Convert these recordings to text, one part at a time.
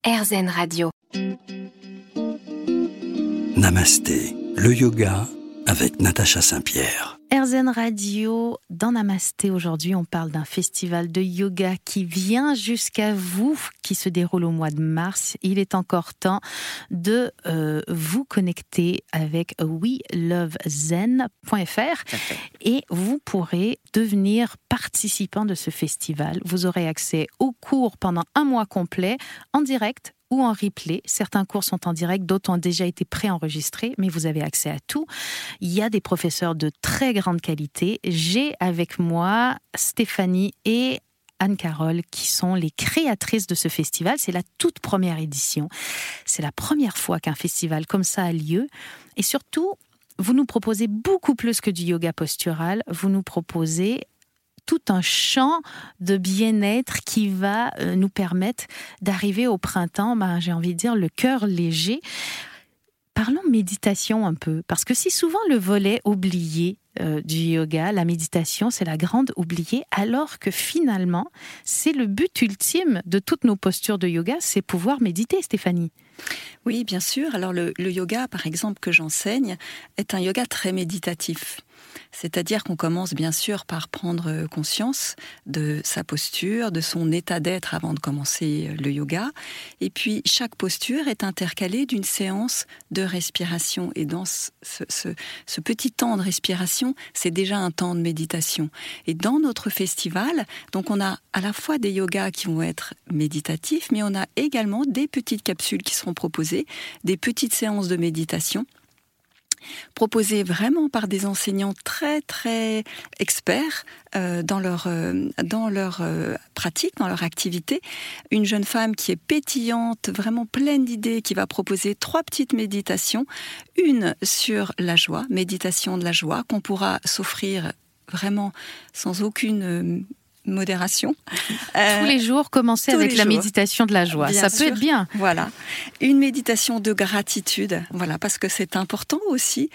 RZN Radio. Namasté, le yoga avec Natacha Saint-Pierre. RZN Radio, dans Namasté, aujourd'hui, on parle d'un festival de yoga qui vient jusqu'à vous, qui se déroule au mois de mars. Il est encore temps de vous connecter avec welovezen.fr et vous pourrez devenir participant de ce festival. Vous aurez accès aux cours pendant un mois complet, en direct ou en replay. Certains cours sont en direct, d'autres ont déjà été préenregistrés, mais vous avez accès à tout. Il y a des professeurs de très grande qualité. J'ai avec moi Stéphanie et Anne-Carole, qui sont les créatrices de ce festival. C'est la toute première édition. C'est la première fois qu'un festival comme ça a lieu. Et surtout, vous nous proposez beaucoup plus que du yoga postural. Vous nous proposez tout un champ de bien-être qui va nous permettre d'arriver au printemps, j'ai envie de dire, le cœur léger. Parlons méditation un peu, parce que c'est souvent le volet oublié du yoga, la méditation, c'est la grande oubliée, alors que finalement, c'est le but ultime de toutes nos postures de yoga, c'est pouvoir méditer, Stéphanie. Oui, bien sûr. Alors le yoga, par exemple, que j'enseigne, est un yoga très méditatif. C'est-à-dire qu'on commence bien sûr par prendre conscience de sa posture, de son état d'être avant de commencer le yoga. Et puis chaque posture est intercalée d'une séance de respiration. Et dans ce petit temps de respiration, c'est déjà un temps de méditation. Et dans notre festival, donc on a à la fois des yogas qui vont être méditatifs, mais on a également des petites capsules qui seront proposées, des petites séances de méditation, proposés vraiment par des enseignants très très experts dans leur pratique, dans leur activité. Une jeune femme qui est pétillante, vraiment pleine d'idées, qui va proposer 3 petites méditations. Une sur la joie, méditation de la joie, qu'on pourra s'offrir vraiment sans aucune modération. Tous les jours, commencer avec la méditation de la joie. Ça peut être bien. Voilà. Une méditation de gratitude. Voilà, parce que c'est important aussi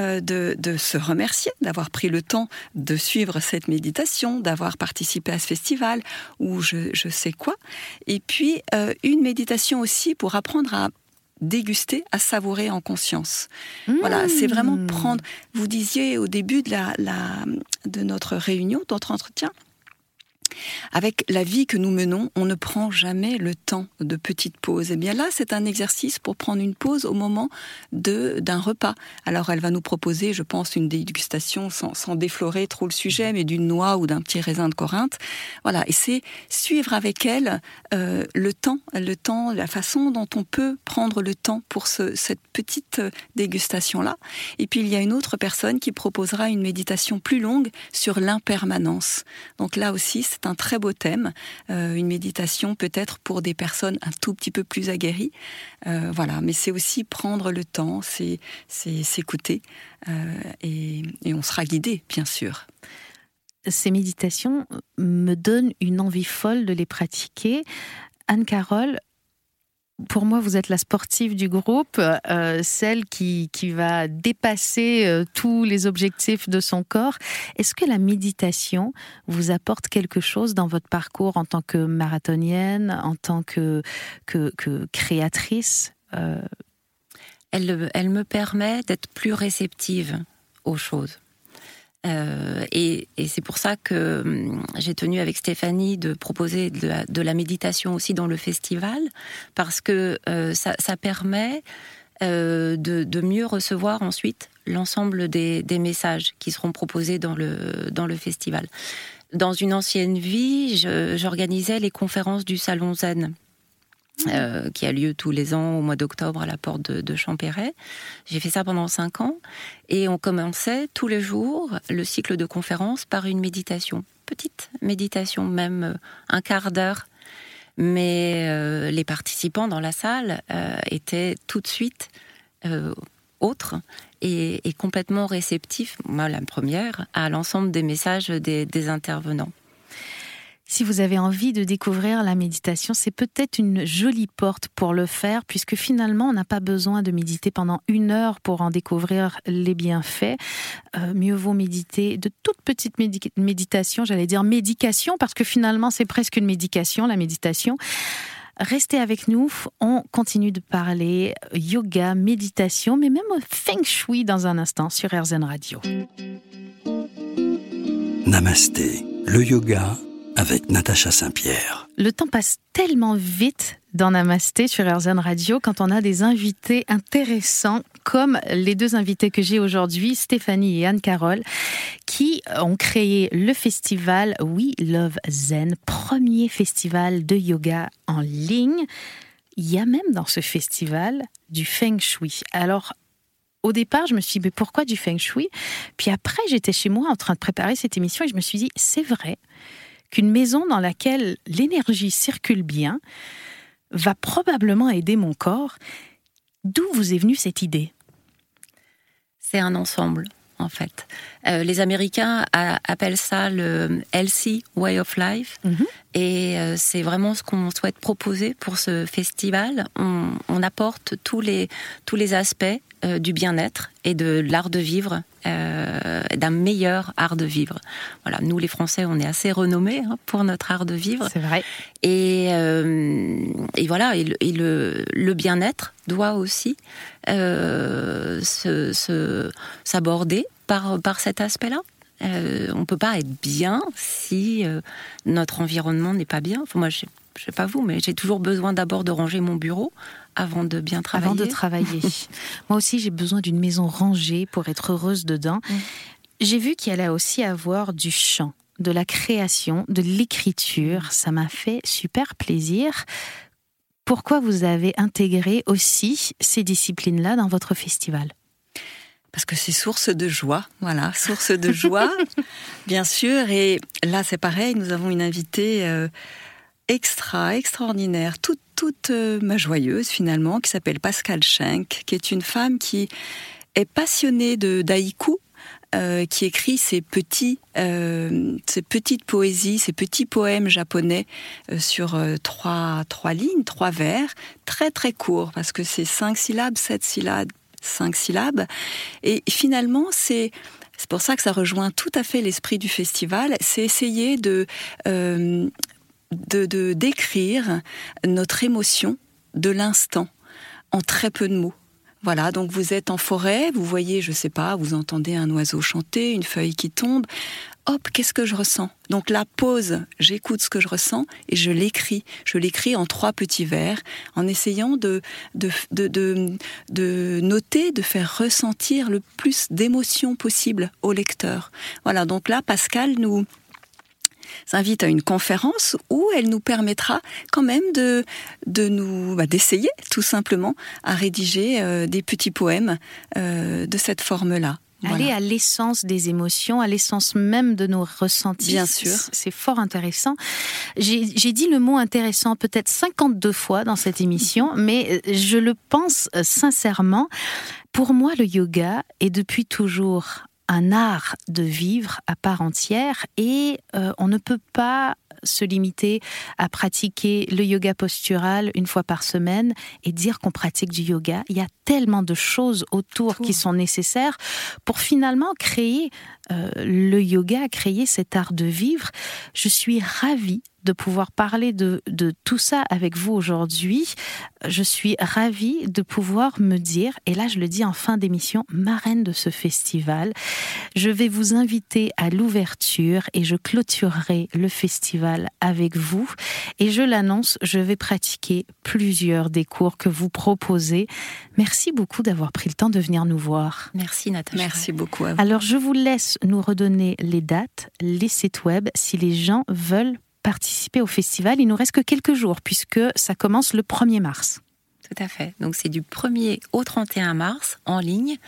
de se remercier, d'avoir pris le temps de suivre cette méditation, d'avoir participé à ce festival ou je sais quoi. Et puis, une méditation aussi pour apprendre à déguster, à savourer en conscience. Voilà, c'est vraiment prendre... Vous disiez au début de notre réunion, de notre entretien, avec la vie que nous menons, on ne prend jamais le temps de petites pauses. Et bien là, c'est un exercice pour prendre une pause au moment d'un repas. Alors, elle va nous proposer, je pense, une dégustation sans déflorer trop le sujet, mais d'une noix ou d'un petit raisin de Corinthe. Voilà, et c'est suivre avec elle le temps, la façon dont on peut prendre le temps pour cette petite dégustation-là. Et puis, il y a une autre personne qui proposera une méditation plus longue sur l'impermanence. Donc là aussi, c'est un très beau thème, une méditation peut-être pour des personnes un tout petit peu plus aguerries. Voilà, mais c'est aussi prendre le temps, c'est s'écouter et on sera guidé, bien sûr. Ces méditations me donnent une envie folle de les pratiquer. Anne-Carole, pour moi, vous êtes la sportive du groupe, celle qui va dépasser tous les objectifs de son corps. Est-ce que la méditation vous apporte quelque chose dans votre parcours en tant que marathonienne, en tant que créatrice ? Elle me permet d'être plus réceptive aux choses. Et c'est pour ça que j'ai tenu avec Stéphanie de proposer de la méditation aussi dans le festival, parce que ça permet de mieux recevoir ensuite l'ensemble des messages qui seront proposés dans le festival. Dans une ancienne vie, j'organisais les conférences du Salon Zen, qui a lieu tous les ans au mois d'octobre à la porte de Champéret. J'ai fait ça pendant 5 ans et on commençait tous les jours le cycle de conférences par une méditation. Petite méditation, même un quart d'heure. Mais les participants dans la salle étaient tout de suite autres et complètement réceptifs, moi la première, à l'ensemble des messages des intervenants. Si vous avez envie de découvrir la méditation, c'est peut-être une jolie porte pour le faire, puisque finalement, on n'a pas besoin de méditer pendant 1 heure pour en découvrir les bienfaits. Mieux vaut méditer de toutes petites méditations, j'allais dire médication, parce que finalement, c'est presque une médication, la méditation. Restez avec nous, on continue de parler yoga, méditation, mais même feng shui dans un instant sur RZN Radio. Namasté, le yoga avec Natacha Saint-Pierre. Le temps passe tellement vite dans Namasté sur RZN Radio quand on a des invités intéressants comme les deux invités que j'ai aujourd'hui, Stéphanie et Anne-Carole, qui ont créé le festival We Love Zen, premier festival de yoga en ligne. Il y a même dans ce festival du feng shui. Alors, au départ, je me suis dit, mais pourquoi du feng shui ? Puis après, j'étais chez moi en train de préparer cette émission et je me suis dit, c'est vrai qu'une maison dans laquelle l'énergie circule bien va probablement aider mon corps. D'où vous est venue cette idée ? C'est un ensemble, en fait. Les Américains appellent ça le Healthy Way of Life. Et c'est vraiment ce qu'on souhaite proposer pour ce festival. On apporte tous les aspects du bien-être et de l'art de vivre, d'un meilleur art de vivre. Voilà, nous les Français, on est assez renommés pour notre art de vivre. C'est vrai. Et voilà, et le bien-être doit aussi s'aborder par cet aspect-là. On ne peut pas être bien si notre environnement n'est pas bien. Enfin, moi, je ne sais pas vous, mais j'ai toujours besoin d'abord de ranger mon bureau avant de bien travailler. Avant de travailler. Moi aussi, j'ai besoin d'une maison rangée pour être heureuse dedans. J'ai vu qu'il allait aussi avoir du chant, de la création, de l'écriture. Ça m'a fait super plaisir. Pourquoi vous avez intégré aussi ces disciplines-là dans votre festival ? Parce que c'est source de joie, voilà, source de joie, bien sûr. Et là, c'est pareil, nous avons une invitée extraordinaire, toute ma joyeuse finalement, qui s'appelle Pascale Schenk, qui est une femme qui est passionnée d'haïku, qui écrit ses petites poésies, ses petits poèmes japonais sur trois lignes, 3 vers, très très courts, parce que c'est 5 syllabes, 7 syllabes, 5 syllabes. Et finalement, c'est pour ça que ça rejoint tout à fait l'esprit du festival, c'est essayer de décrire notre émotion de l'instant en très peu de mots. Voilà, donc vous êtes en forêt, vous voyez, je sais pas, vous entendez un oiseau chanter, une feuille qui tombe. Hop, qu'est-ce que je ressens ? Donc la pause, j'écoute ce que je ressens et je l'écris. Je l'écris en 3 petits vers, en essayant de noter, de faire ressentir le plus d'émotions possible au lecteur. Voilà, donc là, Pascale nous s'invite à une conférence où elle nous permettra quand même d'essayer tout simplement à rédiger des petits poèmes de cette forme-là. Voilà. Aller à l'essence des émotions, à l'essence même de nos ressentis. Bien sûr. C'est fort intéressant. J'ai dit le mot intéressant peut-être 52 fois dans cette émission, mais je le pense sincèrement. Pour moi, le yoga est depuis toujours un art de vivre à part entière et on ne peut pas se limiter à pratiquer le yoga postural une fois par semaine et dire qu'on pratique du yoga. Il y a tellement de choses autour qui sont nécessaires pour finalement créer le yoga, créer cet art de vivre. Je suis ravie de pouvoir parler de tout ça avec vous aujourd'hui. Je suis ravie de pouvoir me dire, et là je le dis en fin d'émission, marraine de ce festival. Je vais vous inviter à l'ouverture et je clôturerai le festival avec vous. Et je l'annonce, je vais pratiquer plusieurs des cours que vous proposez. Merci beaucoup d'avoir pris le temps de venir nous voir. Merci Natacha. Merci beaucoup à vous. Alors je vous laisse nous redonner les dates, les sites web, si les gens veulent participer au festival. Il nous reste que quelques jours puisque ça commence le 1er mars. Tout à fait. Donc c'est du 1er au 31 mars en ligne,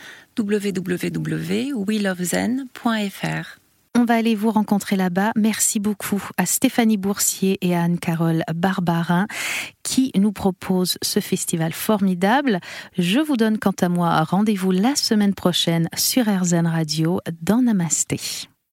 www.welovezen.fr. On va aller vous rencontrer là-bas. Merci beaucoup à Stéphanie Boursier et à Anne-Carole Barbarin qui nous proposent ce festival formidable. Je vous donne quant à moi rendez-vous la semaine prochaine sur RZN Radio dans Namasté.